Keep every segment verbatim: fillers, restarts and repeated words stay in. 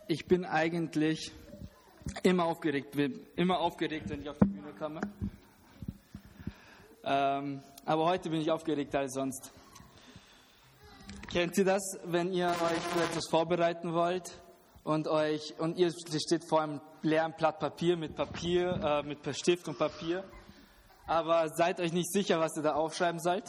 Ich bin eigentlich immer aufgeregt, immer aufgeregt, wenn ich auf die Bühne komme. Ähm, aber heute bin ich aufgeregter als sonst. Kennt ihr das, wenn ihr euch für etwas vorbereiten wollt und euch und ihr steht vor einem leeren Blatt Papier mit Papier, äh, mit Stift und Papier, aber seid euch nicht sicher, was ihr da aufschreiben sollt?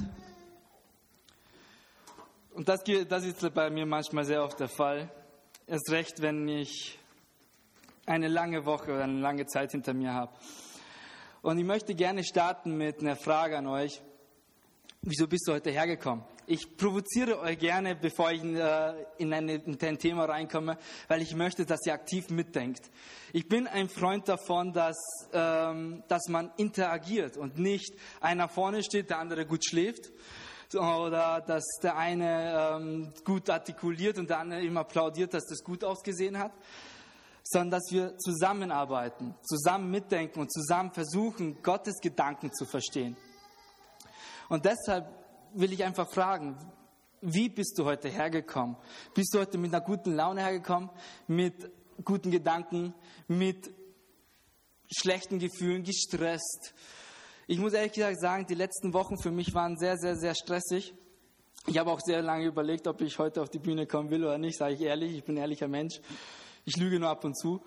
Und das, das ist bei mir manchmal sehr oft der Fall. Erst recht, wenn ich eine lange Woche oder eine lange Zeit hinter mir habe. Und ich möchte gerne starten mit einer Frage an euch. Wieso bist du heute hergekommen? Ich provoziere euch gerne, bevor ich in, äh, in, eine, in ein Thema reinkomme, weil ich möchte, dass ihr aktiv mitdenkt. Ich bin ein Freund davon, dass, ähm, dass man interagiert und nicht einer vorne steht, der andere gut schläft. Oder dass der eine ähm, gut artikuliert und der andere ihm applaudiert, dass das gut ausgesehen hat. Sondern dass wir zusammenarbeiten, zusammen mitdenken und zusammen versuchen, Gottes Gedanken zu verstehen. Und deshalb will ich einfach fragen, wie bist du heute hergekommen? Bist du heute mit einer guten Laune hergekommen, mit guten Gedanken, mit schlechten Gefühlen, gestresst? Ich muss ehrlich gesagt sagen, die letzten Wochen für mich waren sehr, sehr, sehr stressig. Ich habe auch sehr lange überlegt, ob ich heute auf die Bühne kommen will oder nicht, sage ich ehrlich, ich bin ein ehrlicher Mensch. Ich lüge nur ab und zu.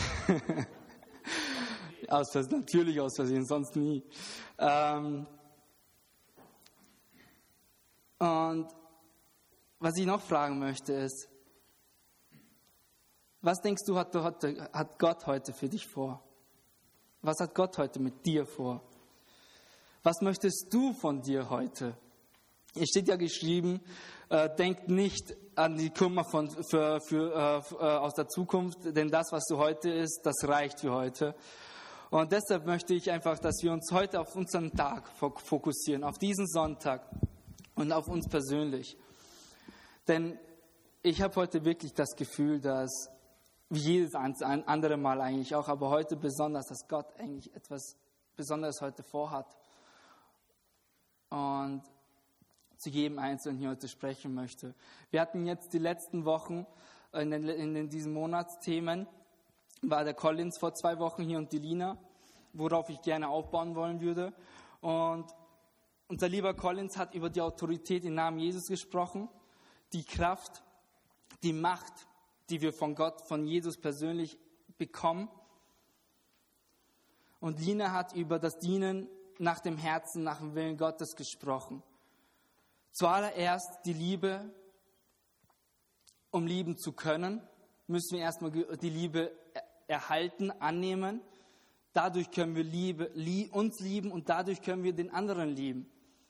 aus Versehen, natürlich aus Versehen, sonst nie. Ähm und was ich noch fragen möchte ist, was denkst du, hat, hat Gott heute für dich vor? Was hat Gott heute mit dir vor? Was möchtest du von dir heute? Es steht ja geschrieben, äh, denkt nicht an die Kummer von, für, für, äh, aus der Zukunft, denn das, was du heute isst, das reicht für heute. Und deshalb möchte ich einfach, dass wir uns heute auf unseren Tag fokussieren, auf diesen Sonntag und auf uns persönlich. Denn ich habe heute wirklich das Gefühl, dass, wie jedes andere Mal eigentlich auch, aber heute besonders, dass Gott eigentlich etwas Besonderes heute vorhat. Und zu jedem Einzelnen hier heute sprechen möchte. Wir hatten jetzt die letzten Wochen in, den, in den, diesen Monatsthemen, war der Collins vor zwei Wochen hier und die Lina, worauf ich gerne aufbauen wollen würde. Und unser lieber Collins hat über die Autorität im Namen Jesus gesprochen, die Kraft, die Macht, die wir von Gott, von Jesus persönlich bekommen. Und Lina hat über das Dienen nach dem Herzen, nach dem Willen Gottes gesprochen. Zuallererst die Liebe, um lieben zu können, müssen wir erstmal die Liebe erhalten, annehmen. Dadurch können wir Liebe, uns lieben und dadurch können wir den anderen lieben.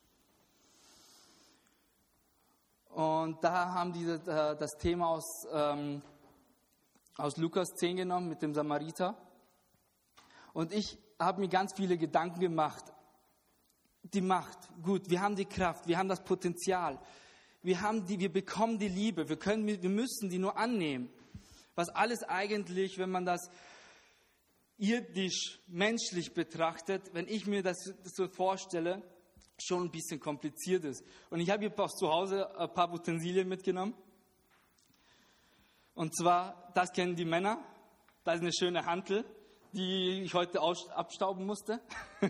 Und da haben die das Thema aus, ähm, aus Lukas zehn genommen mit dem Samariter. Und ich habe mir ganz viele Gedanken gemacht. Die Macht, gut, wir haben die Kraft, wir haben das Potenzial, wir haben die, wir bekommen die Liebe, wir können, wir müssen die nur annehmen. Was alles eigentlich, wenn man das irdisch, menschlich betrachtet, wenn ich mir das so vorstelle, schon ein bisschen kompliziert ist. Und ich habe hier zu Hause ein paar Utensilien mitgenommen. Und zwar, das kennen die Männer, das ist eine schöne Hantel, die ich heute abstauben musste.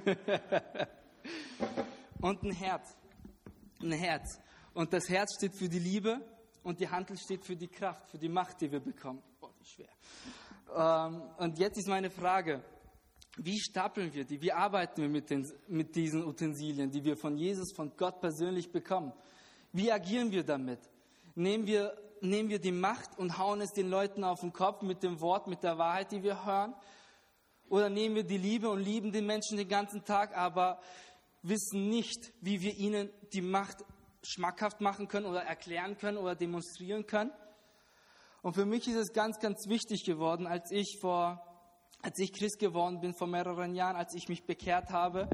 Und ein Herz. Ein Herz. Und das Herz steht für die Liebe und die Hantel steht für die Kraft, für die Macht, die wir bekommen. Oh, wie schwer. Ähm, und jetzt ist meine Frage, wie stapeln wir die? Wie arbeiten wir mit, den, mit diesen Utensilien, die wir von Jesus, von Gott persönlich bekommen? Wie agieren wir damit? Nehmen wir, nehmen wir die Macht und hauen es den Leuten auf den Kopf mit dem Wort, mit der Wahrheit, die wir hören? Oder nehmen wir die Liebe und lieben den Menschen den ganzen Tag, aber wissen nicht, wie wir ihnen die Macht schmackhaft machen können oder erklären können oder demonstrieren können. Und für mich ist es ganz, ganz wichtig geworden, als ich vor, als ich Christ geworden bin vor mehreren Jahren, als ich mich bekehrt habe,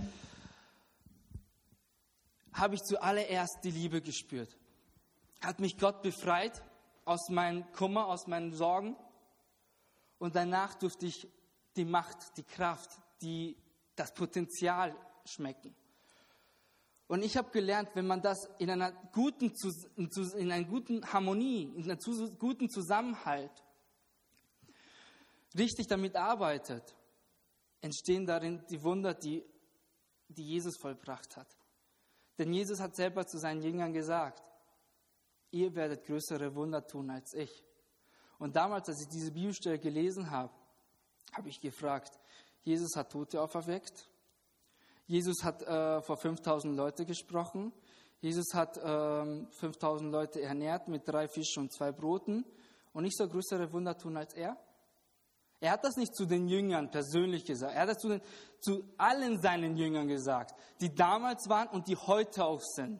habe ich zuallererst die Liebe gespürt. Hat mich Gott befreit aus meinem Kummer, aus meinen Sorgen. Und danach durfte ich die Macht, die Kraft, die, das Potenzial schmecken. Und ich habe gelernt, wenn man das in einer guten, in einer guten Harmonie, in einer guten Zusammenhalt richtig damit arbeitet, entstehen darin die Wunder, die, die Jesus vollbracht hat. Denn Jesus hat selber zu seinen Jüngern gesagt, ihr werdet größere Wunder tun als ich. Und damals, als ich diese Bibelstelle gelesen habe, habe ich gefragt, Jesus hat Tote auferweckt, Jesus hat äh, vor fünftausend Leute gesprochen, Jesus hat äh, fünftausend Leute ernährt mit drei Fischen und zwei Broten und ich soll größere Wunder tun als er? Er hat das nicht zu den Jüngern persönlich gesagt, er hat das zu, den, zu allen seinen Jüngern gesagt, die damals waren und die heute auch sind.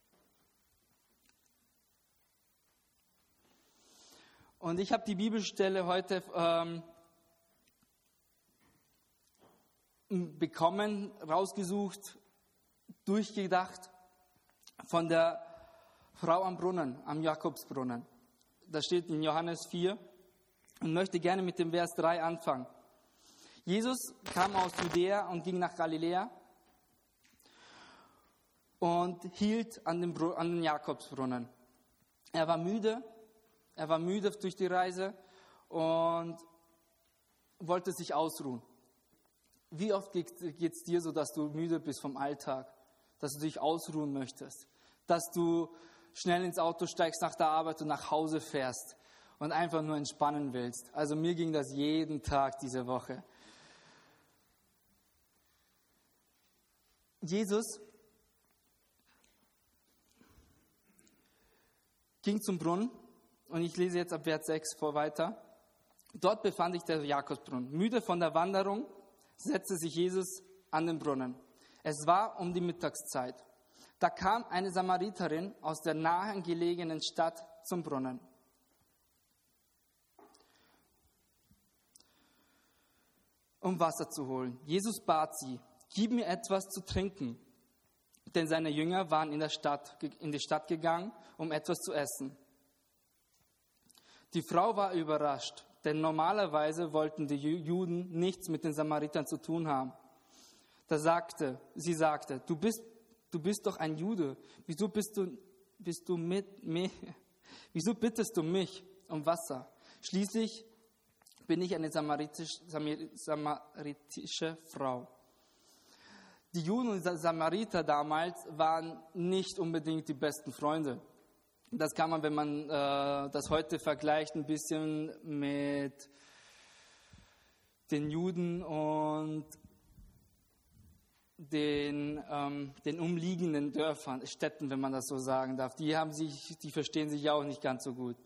Und ich habe die Bibelstelle heute ähm, bekommen, rausgesucht, durchgedacht von der Frau am Brunnen, am Jakobsbrunnen. Das steht in Johannes vier und möchte gerne mit dem Vers drei anfangen. Jesus kam aus Judäa und ging nach Galiläa und hielt an dem, Br- an den Jakobsbrunnen. Er war müde, er war müde durch die Reise und wollte sich ausruhen. Wie oft geht es dir so, dass du müde bist vom Alltag, dass du dich ausruhen möchtest, dass du schnell ins Auto steigst nach der Arbeit und nach Hause fährst und einfach nur entspannen willst? Also mir ging das jeden Tag diese Woche. Jesus ging zum Brunnen und ich lese jetzt ab Vers sechs vor weiter. Dort befand sich der Jakobsbrunnen. Müde von der Wanderung setzte sich Jesus an den Brunnen. Es war um die Mittagszeit. Da kam eine Samariterin aus der nahen gelegenen Stadt zum Brunnen. Um Wasser zu holen. Jesus bat sie, gib mir etwas zu trinken. Denn seine Jünger waren in, der Stadt, in die Stadt gegangen, um etwas zu essen. Die Frau war überrascht, denn normalerweise wollten die Juden nichts mit den Samaritern zu tun haben. Da sagte, sie sagte, du bist, du bist doch ein Jude, wieso bist du, bist du mit mir, wieso bittest du mich um Wasser? Schließlich bin ich eine samaritisch, samaritische Frau. Die Juden und Samariter damals waren nicht unbedingt die besten Freunde. Das kann man, wenn man äh, das heute vergleicht, ein bisschen mit den Juden und den, ähm, den umliegenden Dörfern, Städten, wenn man das so sagen darf. Die haben sich, die verstehen sich ja auch nicht ganz so gut.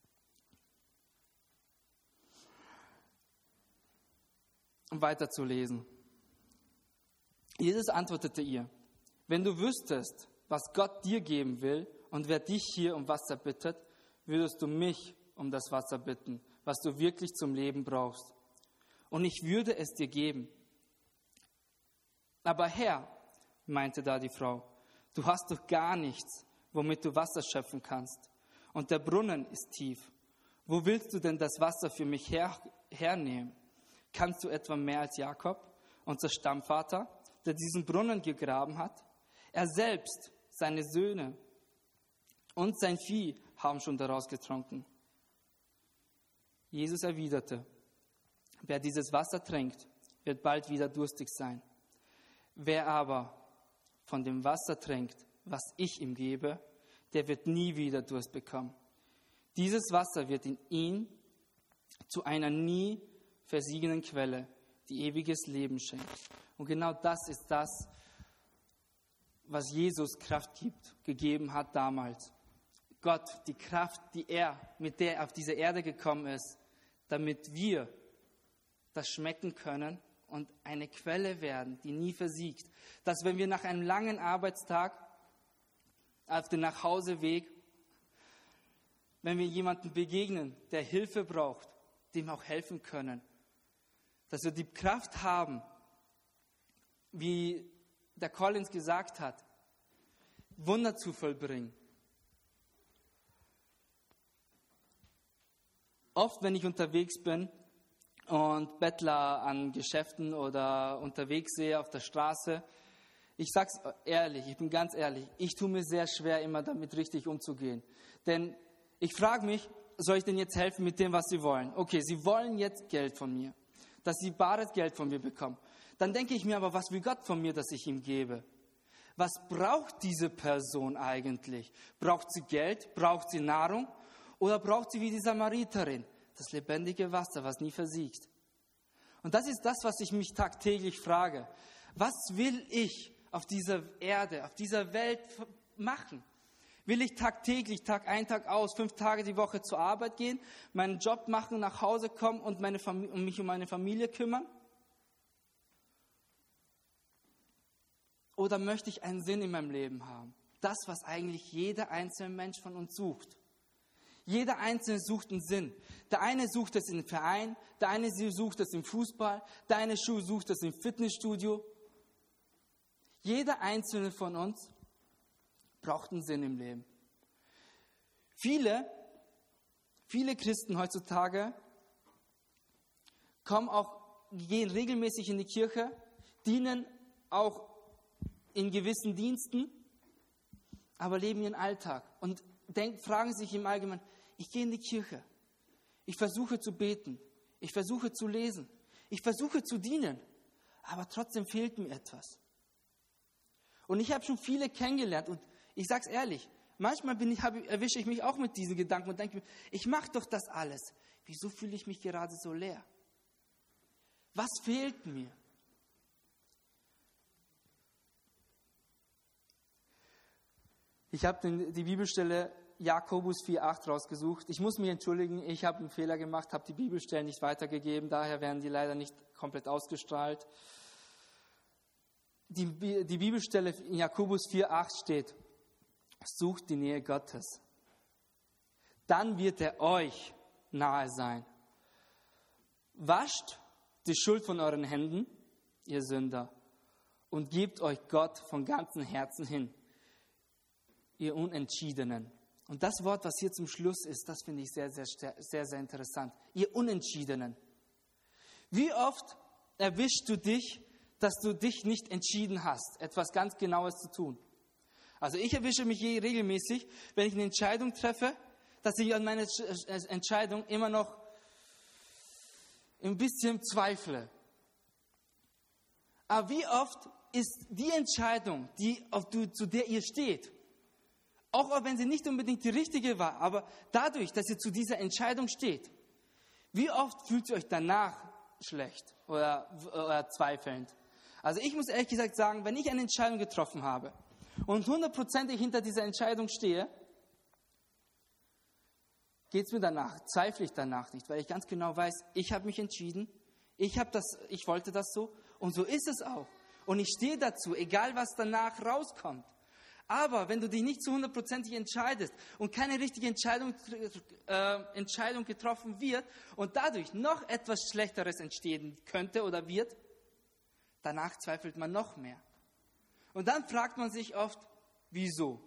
Um weiterzulesen. Jesus antwortete ihr, wenn du wüsstest, was Gott dir geben will und wer dich hier um Wasser bittet, würdest du mich um das Wasser bitten, was du wirklich zum Leben brauchst. Und ich würde es dir geben. Aber Herr, meinte da die Frau, du hast doch gar nichts, womit du Wasser schöpfen kannst. Und der Brunnen ist tief. Wo willst du denn das Wasser für mich her, hernehmen? Kannst du etwa mehr als Jakob, unser Stammvater, der diesen Brunnen gegraben hat? Er selbst, seine Söhne und sein Vieh haben schon daraus getrunken. Jesus erwiderte, wer dieses Wasser trinkt, wird bald wieder durstig sein. Wer aber von dem Wasser trinkt, was ich ihm gebe, der wird nie wieder Durst bekommen. Dieses Wasser wird in ihn zu einer nie versiegenden Quelle, die ewiges Leben schenkt. Und genau das ist das, was Jesus Kraft gibt, gegeben hat damals. Gott, die Kraft, die er, mit der er auf diese Erde gekommen ist, damit wir das schmecken können und eine Quelle werden, die nie versiegt. Dass wenn wir nach einem langen Arbeitstag auf dem Nachhauseweg, wenn wir jemandem begegnen, der Hilfe braucht, dem auch helfen können. Dass wir die Kraft haben, wie der Collins gesagt hat, Wunder zu vollbringen. Oft, wenn ich unterwegs bin und Bettler an Geschäften oder unterwegs sehe auf der Straße, ich sag's ehrlich, ich bin ganz ehrlich, ich tue mir sehr schwer, immer damit richtig umzugehen. Denn ich frage mich, soll ich denn jetzt helfen mit dem, was sie wollen? Okay, sie wollen jetzt Geld von mir, dass sie bares Geld von mir bekommen. Dann denke ich mir aber, was will Gott von mir, dass ich ihm gebe? Was braucht diese Person eigentlich? Braucht sie Geld? Braucht sie Nahrung? Oder braucht sie wie die Samariterin das lebendige Wasser, was nie versiegt? Und das ist das, was ich mich tagtäglich frage. Was will ich auf dieser Erde, auf dieser Welt machen? Will ich tagtäglich, Tag ein, Tag aus, fünf Tage die Woche zur Arbeit gehen, meinen Job machen, nach Hause kommen und meine Familie, um mich um meine Familie kümmern? Oder möchte ich einen Sinn in meinem Leben haben? Das, was eigentlich jeder einzelne Mensch von uns sucht. Jeder Einzelne sucht einen Sinn. Der eine sucht es im Verein, der eine sucht es im Fußball, der eine sucht es im Fitnessstudio. Jeder Einzelne von uns braucht einen Sinn im Leben. Viele, viele Christen heutzutage kommen auch, gehen regelmäßig in die Kirche, dienen auch in gewissen Diensten, aber leben ihren Alltag und denk, fragen sich im Allgemeinen, ich gehe in die Kirche, ich versuche zu beten, ich versuche zu lesen, ich versuche zu dienen, aber trotzdem fehlt mir etwas. Und ich habe schon viele kennengelernt und ich sage es ehrlich, manchmal bin ich, hab, erwische ich mich auch mit diesen Gedanken und denke mir, ich mache doch das alles, wieso fühle ich mich gerade so leer? Was fehlt mir? Ich habe die Bibelstelle Jakobus vier acht rausgesucht. Ich muss mich entschuldigen, ich habe einen Fehler gemacht, habe die Bibelstellen nicht weitergegeben, daher werden die leider nicht komplett ausgestrahlt. Die, die Bibelstelle in Jakobus vier acht steht, sucht die Nähe Gottes, dann wird er euch nahe sein. Wascht die Schuld von euren Händen, ihr Sünder, und gebt euch Gott von ganzem Herzen hin, ihr Unentschiedenen. Und das Wort, was hier zum Schluss ist, das finde ich sehr, sehr, sehr, sehr interessant. Ihr Unentschiedenen. Wie oft erwischst du dich, dass du dich nicht entschieden hast, etwas ganz Genaues zu tun? Also ich erwische mich regelmäßig, wenn ich eine Entscheidung treffe, dass ich an meiner Entscheidung immer noch ein bisschen zweifle. Aber wie oft ist die Entscheidung, die, auf du, zu der ihr steht, auch wenn sie nicht unbedingt die richtige war, aber dadurch, dass ihr zu dieser Entscheidung steht, wie oft fühlt ihr euch danach schlecht oder, oder zweifelnd? Also ich muss ehrlich gesagt sagen, wenn ich eine Entscheidung getroffen habe und hundertprozentig hinter dieser Entscheidung stehe, geht es mir danach, zweifle ich danach nicht, weil ich ganz genau weiß, ich habe mich entschieden, ich, hab das, ich wollte das so und so ist es auch. Und ich stehe dazu, egal was danach rauskommt. Aber wenn du dich nicht zu hundertprozentig entscheidest und keine richtige Entscheidung, äh, Entscheidung getroffen wird und dadurch noch etwas Schlechteres entstehen könnte oder wird, danach zweifelt man noch mehr. Und dann fragt man sich oft, wieso?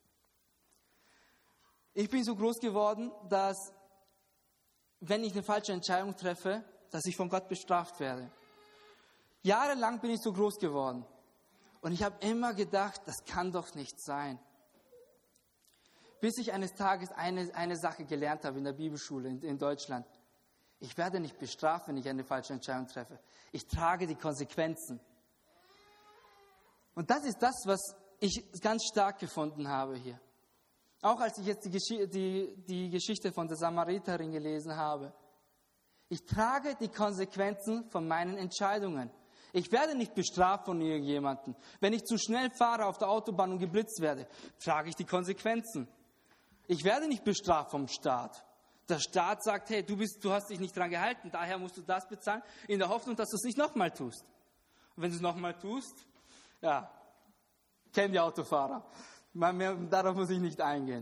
Ich bin so groß geworden, dass wenn ich eine falsche Entscheidung treffe, dass ich von Gott bestraft werde. Jahrelang bin ich so groß geworden. Und ich habe immer gedacht, das kann doch nicht sein. Bis ich eines Tages eine, eine Sache gelernt habe in der Bibelschule in, in Deutschland. Ich werde nicht bestraft, wenn ich eine falsche Entscheidung treffe. Ich trage die Konsequenzen. Und das ist das, was ich ganz stark gefunden habe hier. Auch als ich jetzt die, Gesch- die, die Geschichte von der Samariterin gelesen habe. Ich trage die Konsequenzen von meinen Entscheidungen. Ich werde nicht bestraft von irgendjemandem. Wenn ich zu schnell fahre auf der Autobahn und geblitzt werde, trage ich die Konsequenzen. Ich werde nicht bestraft vom Staat. Der Staat sagt, hey, du, bist, du hast dich nicht dran gehalten, daher musst du das bezahlen, in der Hoffnung, dass du es nicht nochmal tust. Und wenn du es nochmal tust, ja, kennen die Autofahrer. Mehr, darauf muss ich nicht eingehen.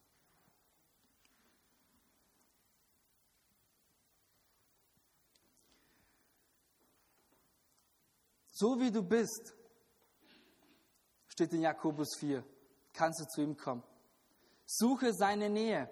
So wie du bist, steht in Jakobus vier, kannst du zu ihm kommen. Suche seine Nähe,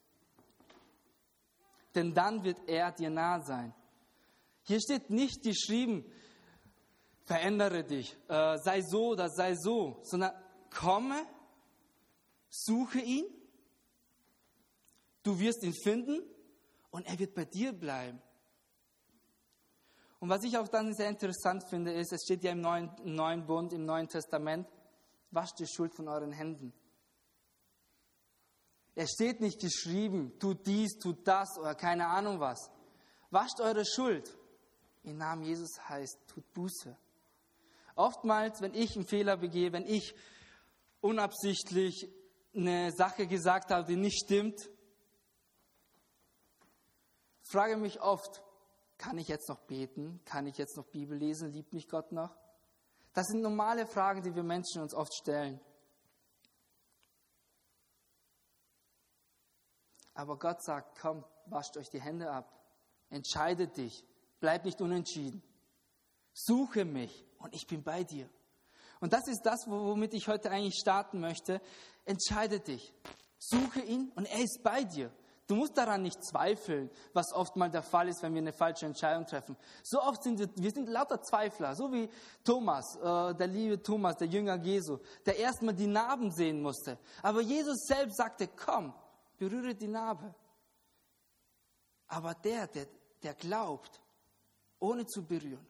denn dann wird er dir nah sein. Hier steht nicht geschrieben, verändere dich, äh, sei so oder sei so, sondern komme, suche ihn, Du wirst ihn finden und er wird bei dir bleiben. Und was ich auch dann sehr interessant finde, ist, es steht ja im neuen, im neuen Bund, im Neuen Testament, wascht die Schuld von euren Händen. Es steht nicht geschrieben, tut dies, tut das oder keine Ahnung was. Wascht eure Schuld. Im Namen Jesus heißt, tut Buße. Oftmals, wenn ich einen Fehler begehe, wenn ich unabsichtlich eine Sache gesagt habe, die nicht stimmt, frage mich oft, kann ich jetzt noch beten? Kann ich jetzt noch Bibel lesen? Liebt mich Gott noch? Das sind normale Fragen, die wir Menschen uns oft stellen. Aber Gott sagt, komm, wascht euch die Hände ab. Entscheidet dich. Bleib nicht unentschieden. Suche mich und ich bin bei dir. Und das ist das, womit ich heute eigentlich starten möchte. Entscheide dich. Suche ihn und er ist bei dir. Du musst daran nicht zweifeln, was oft mal der Fall ist, wenn wir eine falsche Entscheidung treffen. So oft sind wir, wir sind lauter Zweifler, so wie Thomas, äh, der liebe Thomas, der Jünger Jesu, der erstmal die Narben sehen musste. Aber Jesus selbst sagte, komm, berühre die Narbe. Aber der, der, der glaubt, ohne zu berühren,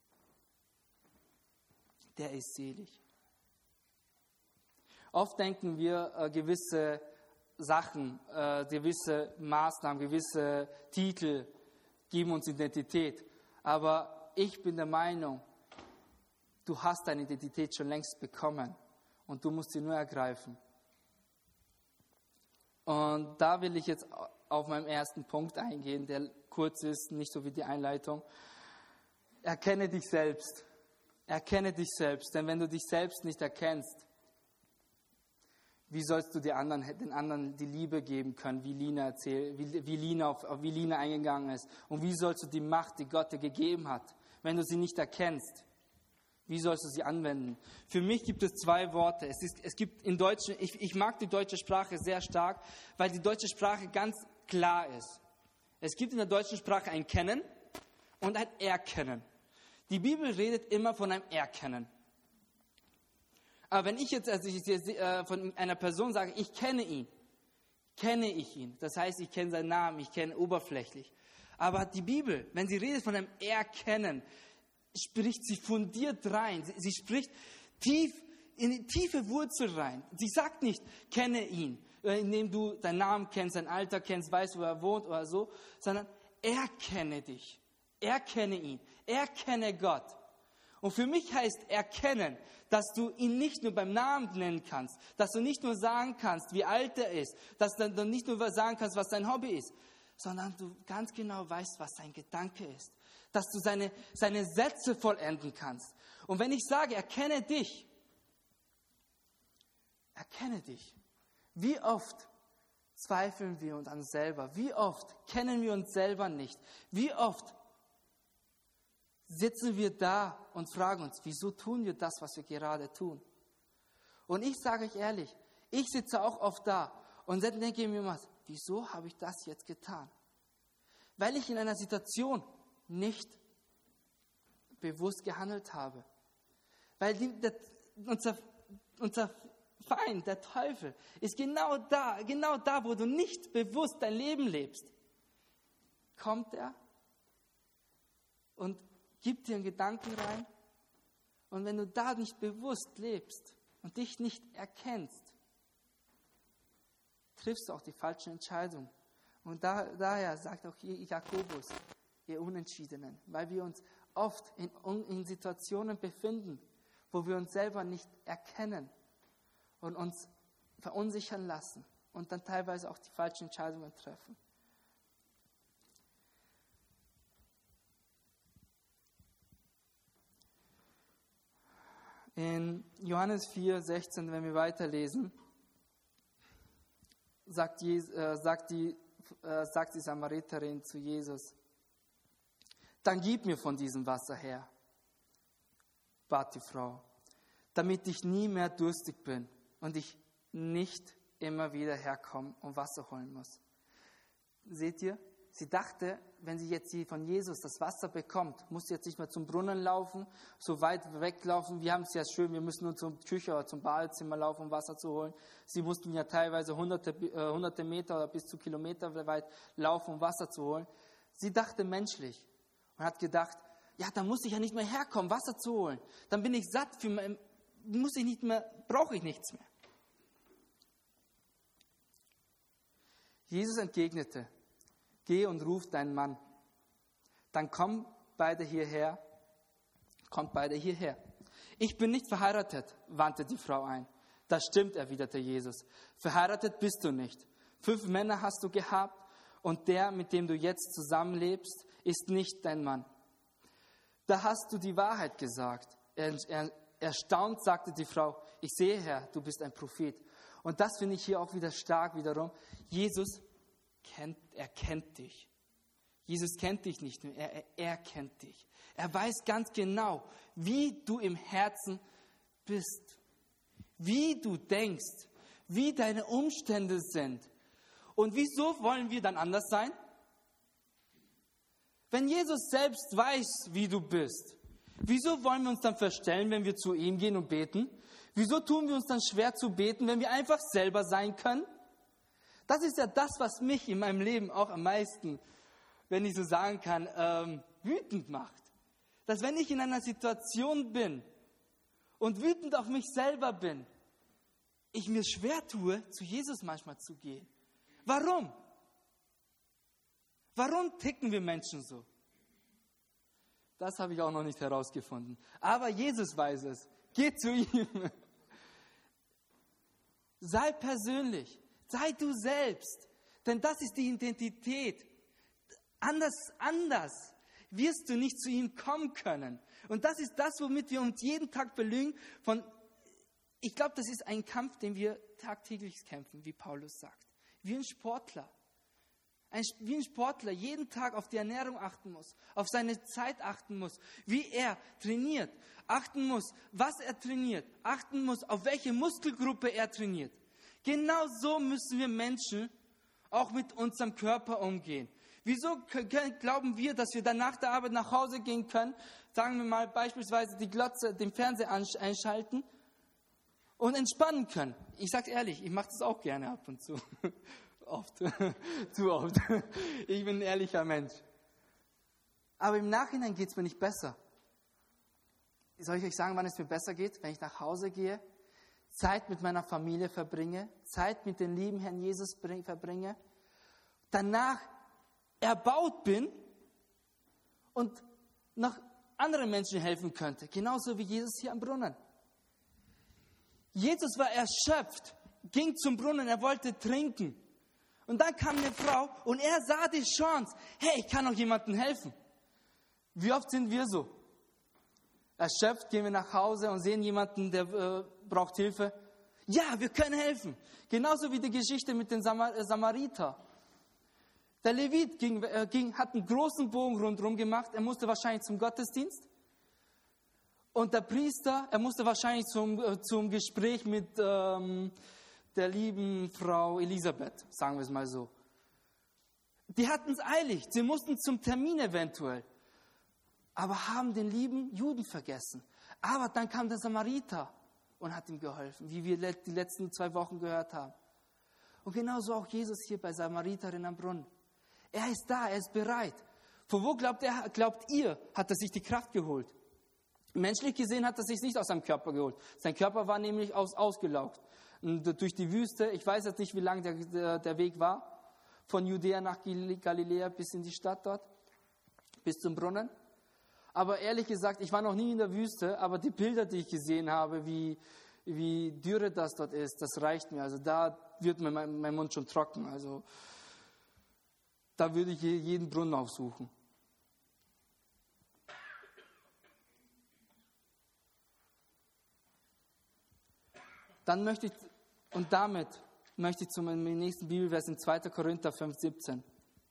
der ist selig. Oft denken wir, äh, gewisse Sachen, äh, gewisse Maßnahmen, gewisse Titel geben uns Identität. Aber ich bin der Meinung, du hast deine Identität schon längst bekommen und du musst sie nur ergreifen. Und da will ich jetzt auf meinen ersten Punkt eingehen, der kurz ist, nicht so wie die Einleitung. Erkenne dich selbst. Erkenne dich selbst. Denn wenn du dich selbst nicht erkennst, wie sollst du die anderen, den anderen die Liebe geben können, wie Lina erzählt, wie, wie Lina auf, auf wie Lina eingegangen ist? Und wie sollst du die Macht, die Gott dir gegeben hat, wenn du sie nicht erkennst? Wie sollst du sie anwenden? Für mich gibt es zwei Worte. Es, ist, es gibt in Deutschen, ich, ich mag die deutsche Sprache sehr stark, weil die deutsche Sprache ganz klar ist. Es gibt in der deutschen Sprache ein Kennen und ein Erkennen. Die Bibel redet immer von einem Erkennen. Aber wenn ich jetzt also ich, äh, von einer Person sage, ich kenne ihn, kenne ich ihn. Das heißt, ich kenne seinen Namen, ich kenne oberflächlich. Aber die Bibel, wenn sie redet von einem Erkennen, spricht sie fundiert rein. Sie, sie spricht tief in die tiefe Wurzel rein. Sie sagt nicht, kenne ihn, indem du deinen Namen kennst, sein Alter kennst, weißt, wo er wohnt oder so, sondern erkenne dich, erkenne ihn, erkenne Gott. Und für mich heißt erkennen, dass du ihn nicht nur beim Namen nennen kannst, dass du nicht nur sagen kannst, wie alt er ist, dass du nicht nur sagen kannst, was sein Hobby ist, sondern du ganz genau weißt, was sein Gedanke ist, dass du seine, seine Sätze vollenden kannst. Und wenn ich sage, erkenne dich, erkenne dich, wie oft zweifeln wir uns an uns selber, wie oft kennen wir uns selber nicht, wie oft sitzen wir da und fragen uns, wieso tun wir das, was wir gerade tun? Und ich sage euch ehrlich, ich sitze auch oft da und dann denke ich mir immer, wieso habe ich das jetzt getan? Weil ich in einer Situation nicht bewusst gehandelt habe. Weil die, der, unser, unser Feind, der Teufel, ist genau da, genau da, wo du nicht bewusst dein Leben lebst. Kommt er und gibt dir einen Gedanken rein. Und wenn du da nicht bewusst lebst und dich nicht erkennst, triffst du auch die falsche Entscheidung. Und da, daher sagt auch Jakobus, ihr Unentschiedenen, weil wir uns oft in, in Situationen befinden, wo wir uns selber nicht erkennen und uns verunsichern lassen und dann teilweise auch die falschen Entscheidungen treffen. In Johannes vier, sechzehn, wenn wir weiterlesen, sagt, Jesus, äh, sagt, die, äh, sagt die Samariterin zu Jesus, dann gib mir von diesem Wasser her, bat die Frau, damit ich nie mehr durstig bin und ich nicht immer wieder herkomme und Wasser holen muss. Seht ihr? sie dachte, wenn sie jetzt von Jesus das Wasser bekommt, muss sie jetzt nicht mehr zum Brunnen laufen, so weit weglaufen. Wir haben es ja schön, wir müssen nur zur Küche oder zum Badezimmer laufen, um Wasser zu holen. Sie mussten ja teilweise hunderte, äh, hunderte Meter oder bis zu Kilometer weit laufen, um Wasser zu holen. Sie dachte menschlich und hat gedacht, ja, dann muss ich ja nicht mehr herkommen, Wasser zu holen. Dann bin ich satt, für mein, muss ich nicht mehr, brauche ich nichts mehr. Jesus entgegnete, geh und ruf deinen Mann. Dann kommen beide hierher, kommt beide hierher. Ich bin nicht verheiratet, wandte die Frau ein. Das stimmt, erwiderte Jesus. Verheiratet bist du nicht. Fünf Männer hast du gehabt und der, mit dem du jetzt zusammenlebst, ist nicht dein Mann. Da hast du die Wahrheit gesagt. Er, er, erstaunt sagte die Frau, ich sehe, Herr, du bist ein Prophet. Und das finde ich hier auch wieder stark wiederum. Jesus kennt, er kennt dich. Jesus kennt dich nicht nur, er, er, er kennt dich. Er weiß ganz genau, wie du im Herzen bist, wie du denkst, wie deine Umstände sind. Und wieso wollen wir dann anders sein? Wenn Jesus selbst weiß, wie du bist, wieso wollen wir uns dann verstellen, wenn wir zu ihm gehen und beten? Wieso tun wir uns dann schwer zu beten, wenn wir einfach selber sein können? Das ist ja das, was mich in meinem Leben auch am meisten, wenn ich so sagen kann, ähm, wütend macht. Dass wenn ich in einer Situation bin und wütend auf mich selber bin, ich mir schwer tue, zu Jesus manchmal zu gehen. Warum? Warum ticken wir Menschen so? Das habe ich auch noch nicht herausgefunden. Aber Jesus weiß es. Geh zu ihm. Sei persönlich. Sei du selbst. Denn das ist die Identität. Anders, anders wirst du nicht zu ihm kommen können. Und das ist das, womit wir uns jeden Tag belügen. Von, ich glaube, das ist ein Kampf, den wir tagtäglich kämpfen, wie Paulus sagt. Wie ein Sportler. Ein, wie ein Sportler jeden Tag auf die Ernährung achten muss, auf seine Zeit achten muss, wie er trainiert, achten muss, was er trainiert, achten muss, auf welche Muskelgruppe er trainiert. Genau so müssen wir Menschen auch mit unserem Körper umgehen. Wieso glauben wir, dass wir dann nach der Arbeit nach Hause gehen können, sagen wir mal beispielsweise die Glotze, den Fernseher einschalten und entspannen können? Ich sage ehrlich, ich mache das auch gerne ab und zu. Oft, zu oft. Ich bin ein ehrlicher Mensch. Aber im Nachhinein geht es mir nicht besser. Soll ich euch sagen, wann es mir besser geht? Wenn ich nach Hause gehe, Zeit mit meiner Familie verbringe, Zeit mit dem lieben Herrn Jesus verbringe, danach erbaut bin und noch anderen Menschen helfen könnte. Genauso wie Jesus hier am Brunnen. Jesus war erschöpft, ging zum Brunnen, er wollte trinken. Und dann kam eine Frau und er sah die Chance, hey, ich kann noch jemandem helfen. Wie oft sind wir so? Erschöpft gehen wir nach Hause und sehen jemanden, der äh, braucht Hilfe. Ja, wir können helfen. Genauso wie die Geschichte mit dem Samar- äh, Samariter. Der Levit ging, äh, ging, hat einen großen Bogen rundherum gemacht. Er musste wahrscheinlich zum Gottesdienst. Und der Priester, er musste wahrscheinlich zum, äh, zum Gespräch mit ähm, der lieben Frau Elisabeth, sagen wir es mal so. Die hatten es eilig. Sie mussten zum Termin eventuell. Aber haben den lieben Juden vergessen. Aber dann kam der Samariter und hat ihm geholfen, wie wir die letzten zwei Wochen gehört haben. Und genauso auch Jesus hier bei Samariterin am Brunnen. Er ist da, er ist bereit. Von wo glaubt, er, glaubt ihr, hat er sich die Kraft geholt? Menschlich gesehen hat er sich nicht aus seinem Körper geholt. Sein Körper war nämlich aus, ausgelaugt. Und durch die Wüste, ich weiß jetzt nicht, wie lang der, der, der Weg war, von Judäa nach Galiläa bis in die Stadt dort, bis zum Brunnen. Aber ehrlich gesagt, ich war noch nie in der Wüste, aber die Bilder, die ich gesehen habe, wie, wie dürre das dort ist, das reicht mir. Also da wird mir mein, mein Mund schon trocken. Also da würde ich jeden Brunnen aufsuchen. Dann möchte ich, und damit möchte ich zum nächsten Bibelvers in zweiter Korinther fünf, siebzehn.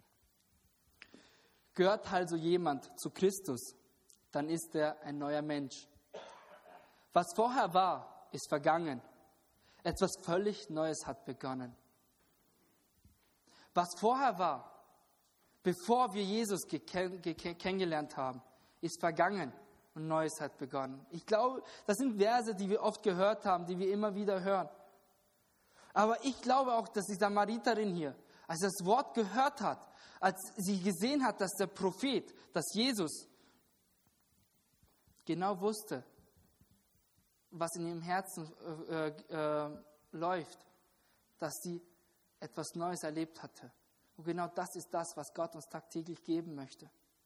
Gehört also jemand zu Christus, dann ist er ein neuer Mensch. Was vorher war, ist vergangen. Etwas völlig Neues hat begonnen. Was vorher war, bevor wir Jesus geken- geken- kennengelernt haben, ist vergangen und Neues hat begonnen. Ich glaube, das sind Verse, die wir oft gehört haben, die wir immer wieder hören. Aber ich glaube auch, dass die Samariterin hier, als sie das Wort gehört hat, als sie gesehen hat, dass der Prophet, dass Jesus genau wusste, was in ihrem Herzen äh, äh, läuft, dass sie etwas Neues erlebt hatte. Und genau das ist das, was Gott uns tagtäglich geben möchte.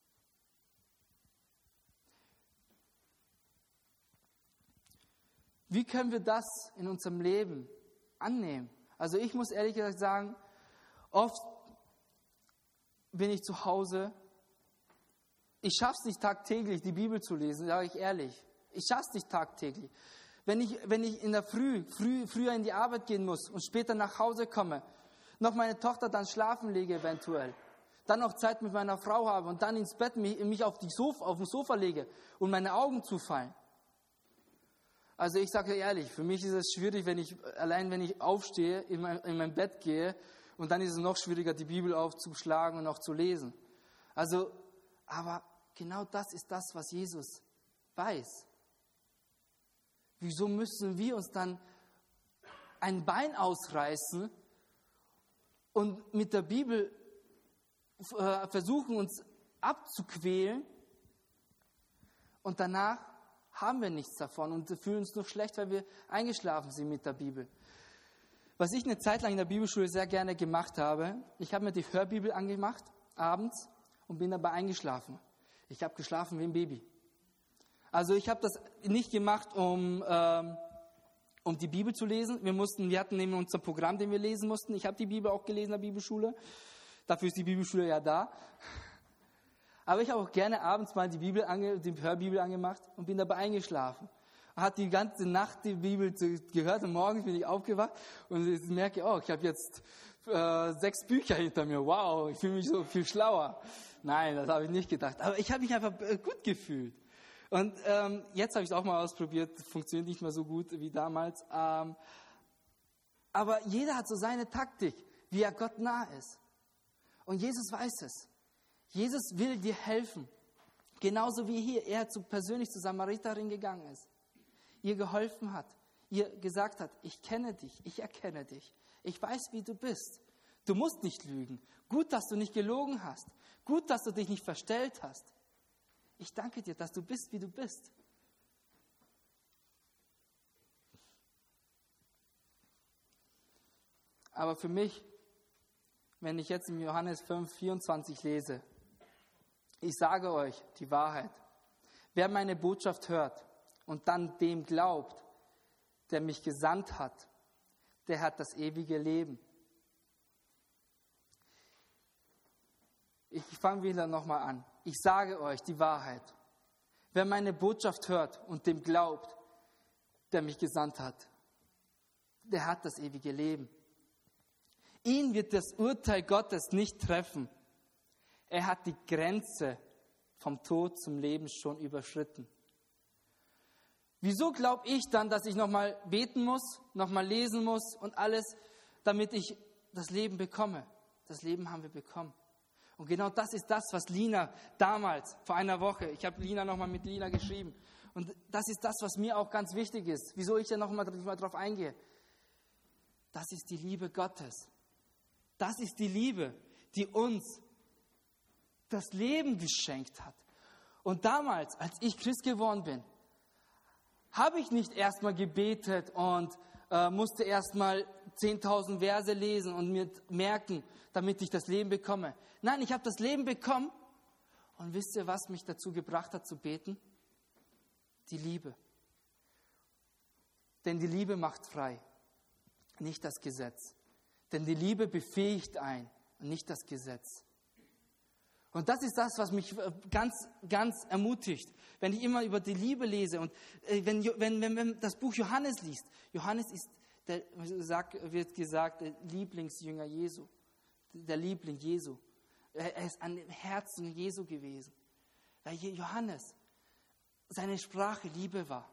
Wie können wir das in unserem Leben annehmen? Also ich muss ehrlich gesagt sagen, oft bin ich zu Hause, ich schaffe es nicht tagtäglich, die Bibel zu lesen, sage ich ehrlich. Ich schaffe es nicht tagtäglich. Wenn ich, wenn ich in der Früh, früh, früher in die Arbeit gehen muss und später nach Hause komme, noch meine Tochter dann schlafen lege eventuell, dann noch Zeit mit meiner Frau habe und dann ins Bett mich, mich auf, die Sofa, auf den Sofa lege und meine Augen zufallen. Also ich sage ehrlich, für mich ist es schwierig, wenn ich, allein wenn ich aufstehe, in mein, in mein Bett gehe und dann ist es noch schwieriger, die Bibel aufzuschlagen und auch zu lesen. Also, aber genau das ist das, was Jesus weiß. Wieso müssen wir uns dann ein Bein ausreißen und mit der Bibel äh, versuchen, uns abzuquälen und danach haben wir nichts davon und fühlen uns nur schlecht, weil wir eingeschlafen sind mit der Bibel. Was ich eine Zeit lang in der Bibelschule sehr gerne gemacht habe, ich habe mir die Hörbibel angemacht, abends, und bin dabei eingeschlafen. Ich habe geschlafen wie ein Baby. Also ich habe das nicht gemacht, um, ähm, um die Bibel zu lesen. Wir mussten, wir hatten neben unser Programm, den wir lesen mussten. Ich habe die Bibel auch gelesen in der Bibelschule. Dafür ist die Bibelschule ja da. Aber ich habe auch gerne abends mal die Bibel ange, die Hörbibel angemacht und bin dabei eingeschlafen. Hat die ganze Nacht die Bibel gehört und morgens bin ich aufgewacht und ich merke, oh, ich habe jetzt äh, sechs Bücher hinter mir. Wow, ich fühle mich so viel schlauer. Nein, das habe ich nicht gedacht. Aber ich habe mich einfach gut gefühlt. Und ähm, jetzt habe ich es auch mal ausprobiert. Funktioniert nicht mehr so gut wie damals. Ähm, aber jeder hat so seine Taktik, wie er Gott nah ist. Und Jesus weiß es. Jesus will dir helfen. Genauso wie hier er zu, persönlich zur Samariterin gegangen ist. Ihr geholfen hat. Ihr gesagt hat, ich kenne dich, ich erkenne dich. Ich weiß, wie du bist. Du musst nicht lügen. Gut, dass du nicht gelogen hast. Gut, dass du dich nicht verstellt hast. Ich danke dir, dass du bist, wie du bist. Aber für mich, wenn ich jetzt im Johannes fünf, vierundzwanzig lese, ich sage euch die Wahrheit. Wer meine Botschaft hört und dann dem glaubt, der mich gesandt hat, der hat das ewige Leben. Ich fange wieder nochmal an. Ich sage euch die Wahrheit. Wer meine Botschaft hört und dem glaubt, der mich gesandt hat, der hat das ewige Leben. Ihn wird das Urteil Gottes nicht treffen. Er hat die Grenze vom Tod zum Leben schon überschritten. Wieso glaube ich dann, dass ich nochmal beten muss, nochmal lesen muss und alles, damit ich das Leben bekomme? Das Leben haben wir bekommen. Und genau das ist das, was Lina damals, vor einer Woche, ich habe Lina nochmal mit Lina geschrieben. Und das ist das, was mir auch ganz wichtig ist. Wieso ich da nochmal drauf eingehe. Das ist die Liebe Gottes. Das ist die Liebe, die uns das Leben geschenkt hat. Und damals, als ich Christ geworden bin, habe ich nicht erstmal gebetet und äh, musste erstmal zehntausend Verse lesen und mir merken, damit ich das Leben bekomme. Nein, ich habe das Leben bekommen. Und wisst ihr, was mich dazu gebracht hat zu beten? Die Liebe. Denn die Liebe macht frei, nicht das Gesetz. Denn die Liebe befähigt ein und nicht das Gesetz. Und das ist das, was mich ganz, ganz ermutigt, wenn ich immer über die Liebe lese und wenn, wenn, wenn man das Buch Johannes liest. Johannes ist, der, wird gesagt, der Lieblingsjünger Jesu, der Liebling Jesu. Er ist an dem Herzen Jesu gewesen, weil Johannes, seine Sprache Liebe war.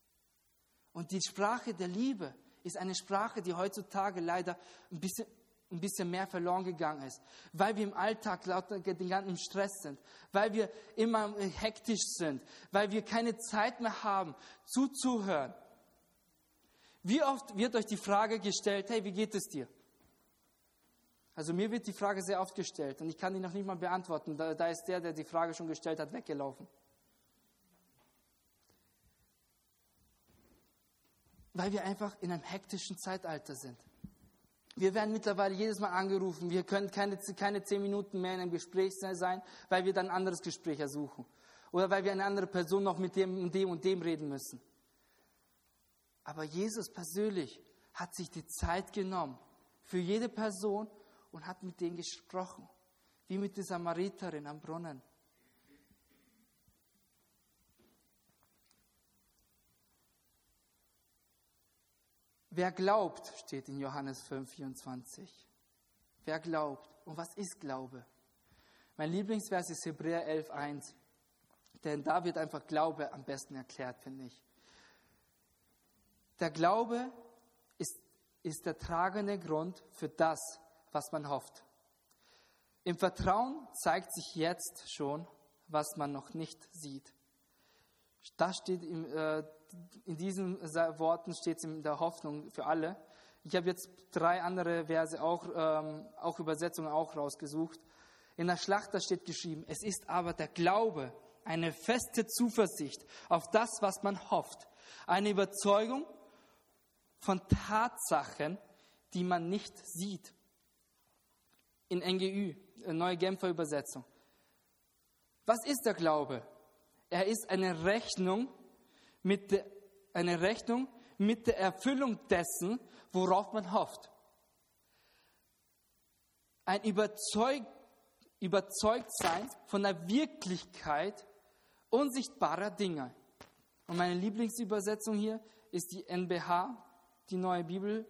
Und die Sprache der Liebe ist eine Sprache, die heutzutage leider ein bisschen ein bisschen mehr verloren gegangen ist, weil wir im Alltag lauter den ganzen Stress sind, weil wir immer hektisch sind, weil wir keine Zeit mehr haben, zuzuhören. Wie oft wird euch die Frage gestellt, hey, wie geht es dir? Also mir wird die Frage sehr oft gestellt und ich kann die noch nicht mal beantworten. Da, da ist der, der die Frage schon gestellt hat, weggelaufen. Weil wir einfach in einem hektischen Zeitalter sind. Wir werden mittlerweile jedes Mal angerufen, wir können keine, keine zehn Minuten mehr in einem Gespräch sein, weil wir dann ein anderes Gespräch ersuchen. Oder weil wir eine andere Person noch mit dem und dem und dem reden müssen. Aber Jesus persönlich hat sich die Zeit genommen für jede Person und hat mit denen gesprochen, wie mit der Samariterin am Brunnen. Wer glaubt, steht in Johannes fünf, vierundzwanzig. Wer glaubt? Und was ist Glaube? Mein Lieblingsvers ist Hebräer elf, eins. Denn da wird einfach Glaube am besten erklärt, finde ich. Der Glaube ist, ist der tragende Grund für das, was man hofft. Im Vertrauen zeigt sich jetzt schon, was man noch nicht sieht. Das steht im, äh, in diesen Worten steht es in der Hoffnung für alle. Ich habe jetzt drei andere Verse, auch, ähm, auch Übersetzungen auch rausgesucht. In der Schlachter steht geschrieben, es ist aber der Glaube, eine feste Zuversicht auf das, was man hofft. Eine Überzeugung von Tatsachen, die man nicht sieht. In N G Ü, Neue Genfer Übersetzung. Was ist der Glaube? Er ist eine Rechnung mit der, eine Rechnung mit der Erfüllung dessen, worauf man hofft. Ein Überzeug, Überzeugtsein von der Wirklichkeit unsichtbarer Dinge. Und meine Lieblingsübersetzung hier ist die N B H, die Neue Bibel.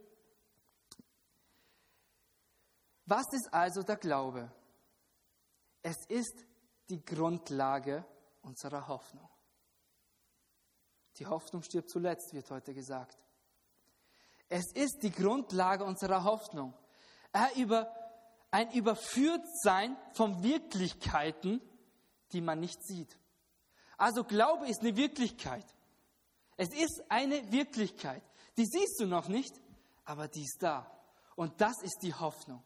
Was ist also der Glaube? Es ist die Grundlage unserer Hoffnung. Die Hoffnung stirbt zuletzt, wird heute gesagt. Es ist die Grundlage unserer Hoffnung. Er über, ein Überführtsein von Wirklichkeiten, die man nicht sieht. Also Glaube ist eine Wirklichkeit. Es ist eine Wirklichkeit. Die siehst du noch nicht, aber die ist da. Und das ist die Hoffnung.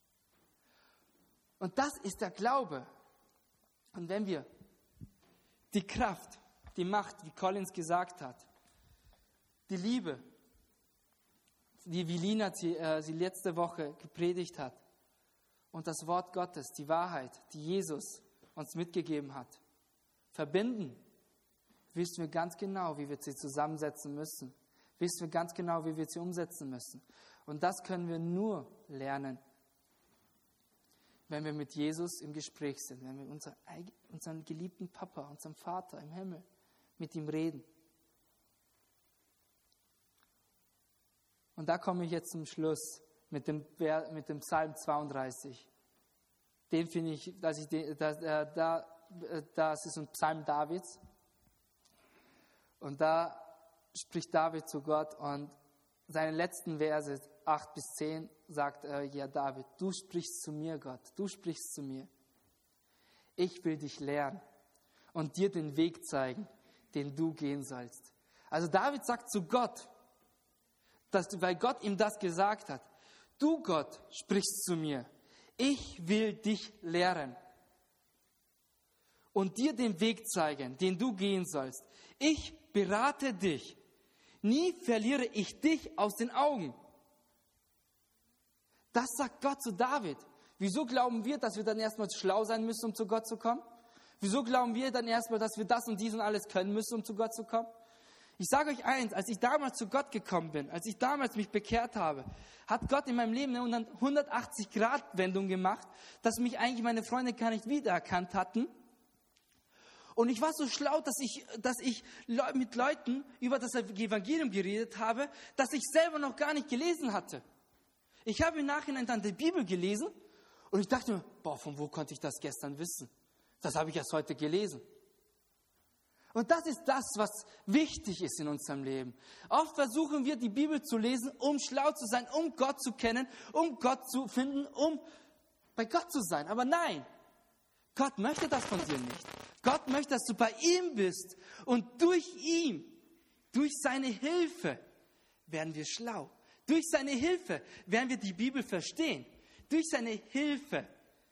Und das ist der Glaube. Und wenn wir die Kraft, die Macht, wie Collins gesagt hat, die Liebe, die wie Lina sie, äh, sie letzte Woche gepredigt hat, und das Wort Gottes, die Wahrheit, die Jesus uns mitgegeben hat, verbinden, wissen wir ganz genau, wie wir sie zusammensetzen müssen. Wissen wir ganz genau, wie wir sie umsetzen müssen. Und das können wir nur lernen, wenn wir mit Jesus im Gespräch sind, wenn wir mit unser, unseren geliebten Papa, unserem Vater im Himmel, mit ihm reden. Und da komme ich jetzt zum Schluss mit dem, mit dem Psalm zweiunddreißig. Den finde ich, dass ich den, dass, äh, da, das ist ein Psalm Davids. Und da spricht David zu Gott und seine letzten Verse, acht bis zehn, sagt er, ja David, du sprichst zu mir, Gott, du sprichst zu mir. Ich will dich lehren und dir den Weg zeigen, den du gehen sollst. Also David sagt zu Gott, dass, weil Gott ihm das gesagt hat, du Gott sprichst zu mir, ich will dich lehren und dir den Weg zeigen, den du gehen sollst. Ich berate dich, nie verliere ich dich aus den Augen. Das sagt Gott zu David. Wieso glauben wir, dass wir dann erstmal schlau sein müssen, um zu Gott zu kommen? Wieso glauben wir dann erstmal, dass wir das und dies und alles können müssen, um zu Gott zu kommen? Ich sage euch eins, als ich damals zu Gott gekommen bin, als ich damals mich bekehrt habe, hat Gott in meinem Leben eine hundertachtzig-Grad-Wendung gemacht, dass mich eigentlich meine Freunde gar nicht wiedererkannt hatten. Und ich war so schlau, dass ich, dass ich mit Leuten über das Evangelium geredet habe, das ich selber noch gar nicht gelesen hatte. Ich habe im Nachhinein dann die Bibel gelesen und ich dachte mir, boah, von wo konnte ich das gestern wissen? Das habe ich erst heute gelesen. Und das ist das, was wichtig ist in unserem Leben. Oft versuchen wir, die Bibel zu lesen, um schlau zu sein, um Gott zu kennen, um Gott zu finden, um bei Gott zu sein. Aber nein, Gott möchte das von dir nicht. Gott möchte, dass du bei ihm bist. Und durch ihn, durch seine Hilfe, werden wir schlau. Durch seine Hilfe werden wir die Bibel verstehen. Durch seine Hilfe.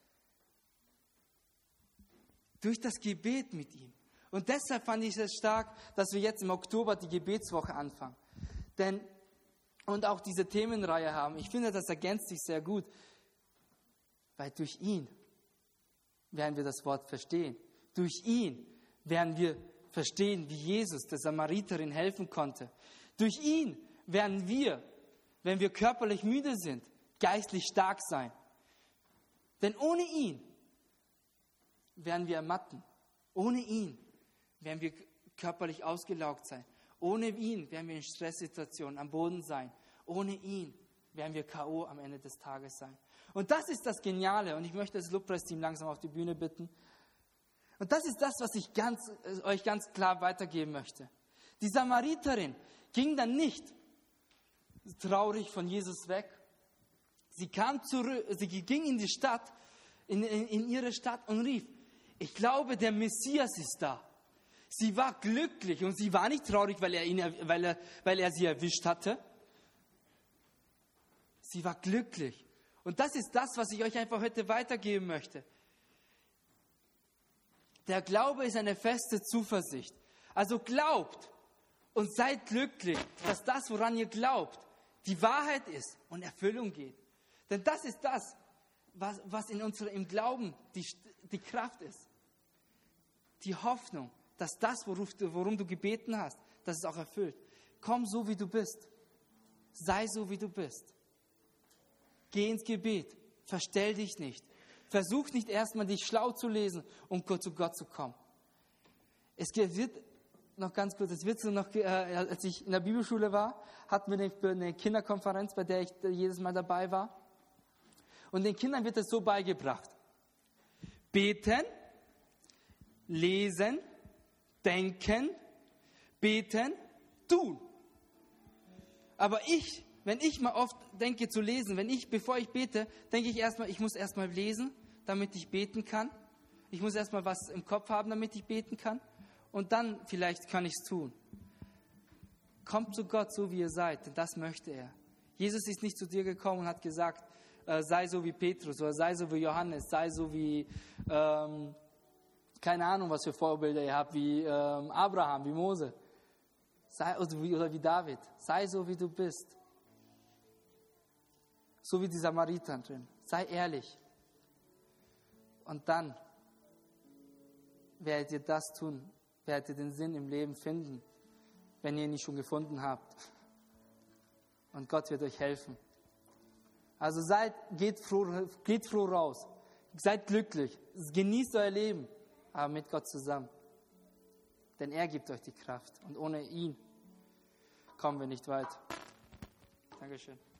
Durch das Gebet mit ihm. Und deshalb fand ich es stark, dass wir jetzt im Oktober die Gebetswoche anfangen. Denn, und auch diese Themenreihe haben. Ich finde, das ergänzt sich sehr gut. Weil durch ihn werden wir das Wort verstehen. Durch ihn werden wir verstehen, wie Jesus der Samariterin helfen konnte. Durch ihn werden wir, wenn wir körperlich müde sind, geistlich stark sein. Denn ohne ihn werden wir ermatten. Ohne ihn werden wir körperlich ausgelaugt sein. Ohne ihn werden wir in Stresssituationen am Boden sein. Ohne ihn werden wir K O am Ende des Tages sein. Und das ist das Geniale. Und ich möchte das Lobpreisteam langsam auf die Bühne bitten. Und das ist das, was ich ganz, euch ganz klar weitergeben möchte. Die Samariterin ging dann nicht traurig von Jesus weg. Sie kam zurück, sie ging in die Stadt, in, in, in ihre Stadt und rief, ich glaube, der Messias ist da. Sie war glücklich und sie war nicht traurig, weil er, ihn, weil er, weil er sie erwischt hatte. Sie war glücklich. Und das ist das, was ich euch einfach heute weitergeben möchte. Der Glaube ist eine feste Zuversicht. Also glaubt und seid glücklich, dass das, woran ihr glaubt, die Wahrheit ist und Erfüllung geht. Denn das ist das, was, was in unserem im Glauben die, die Kraft ist. Die Hoffnung, dass das, worum, worum du gebeten hast, dass es auch erfüllt. Komm so, wie du bist. Sei so, wie du bist. Geh ins Gebet. Verstell dich nicht. Versuch nicht erstmal, dich schlau zu lesen, um zu Gott zu kommen. Es wird noch ganz kurz, es wird so noch, äh, als ich in der Bibelschule war, hatten wir eine, eine Kinderkonferenz, bei der ich jedes Mal dabei war. Und den Kindern wird es so beigebracht. Beten, lesen, denken, beten, tun. Aber ich, wenn ich mal oft denke zu lesen, wenn ich, bevor ich bete, denke ich erstmal, ich muss erstmal lesen, damit ich beten kann. Ich muss erstmal was im Kopf haben, damit ich beten kann. Und dann vielleicht kann ich es tun. Kommt zu Gott, so wie ihr seid, denn das möchte er. Jesus ist nicht zu dir gekommen und hat gesagt, äh, sei so wie Petrus oder sei so wie Johannes, sei so wie, ähm, keine Ahnung, was für Vorbilder ihr habt, wie ähm, Abraham, wie Mose. Sei, oder, wie, oder wie David. Sei so, wie du bist. So wie die Samariterin. Sei ehrlich. Und dann werdet ihr das tun, werdet ihr den Sinn im Leben finden, wenn ihr ihn nicht schon gefunden habt. Und Gott wird euch helfen. Also seid, geht froh, geht froh raus. Seid glücklich. Genießt euer Leben, aber mit Gott zusammen. Denn er gibt euch die Kraft. Und ohne ihn kommen wir nicht weit. Dankeschön.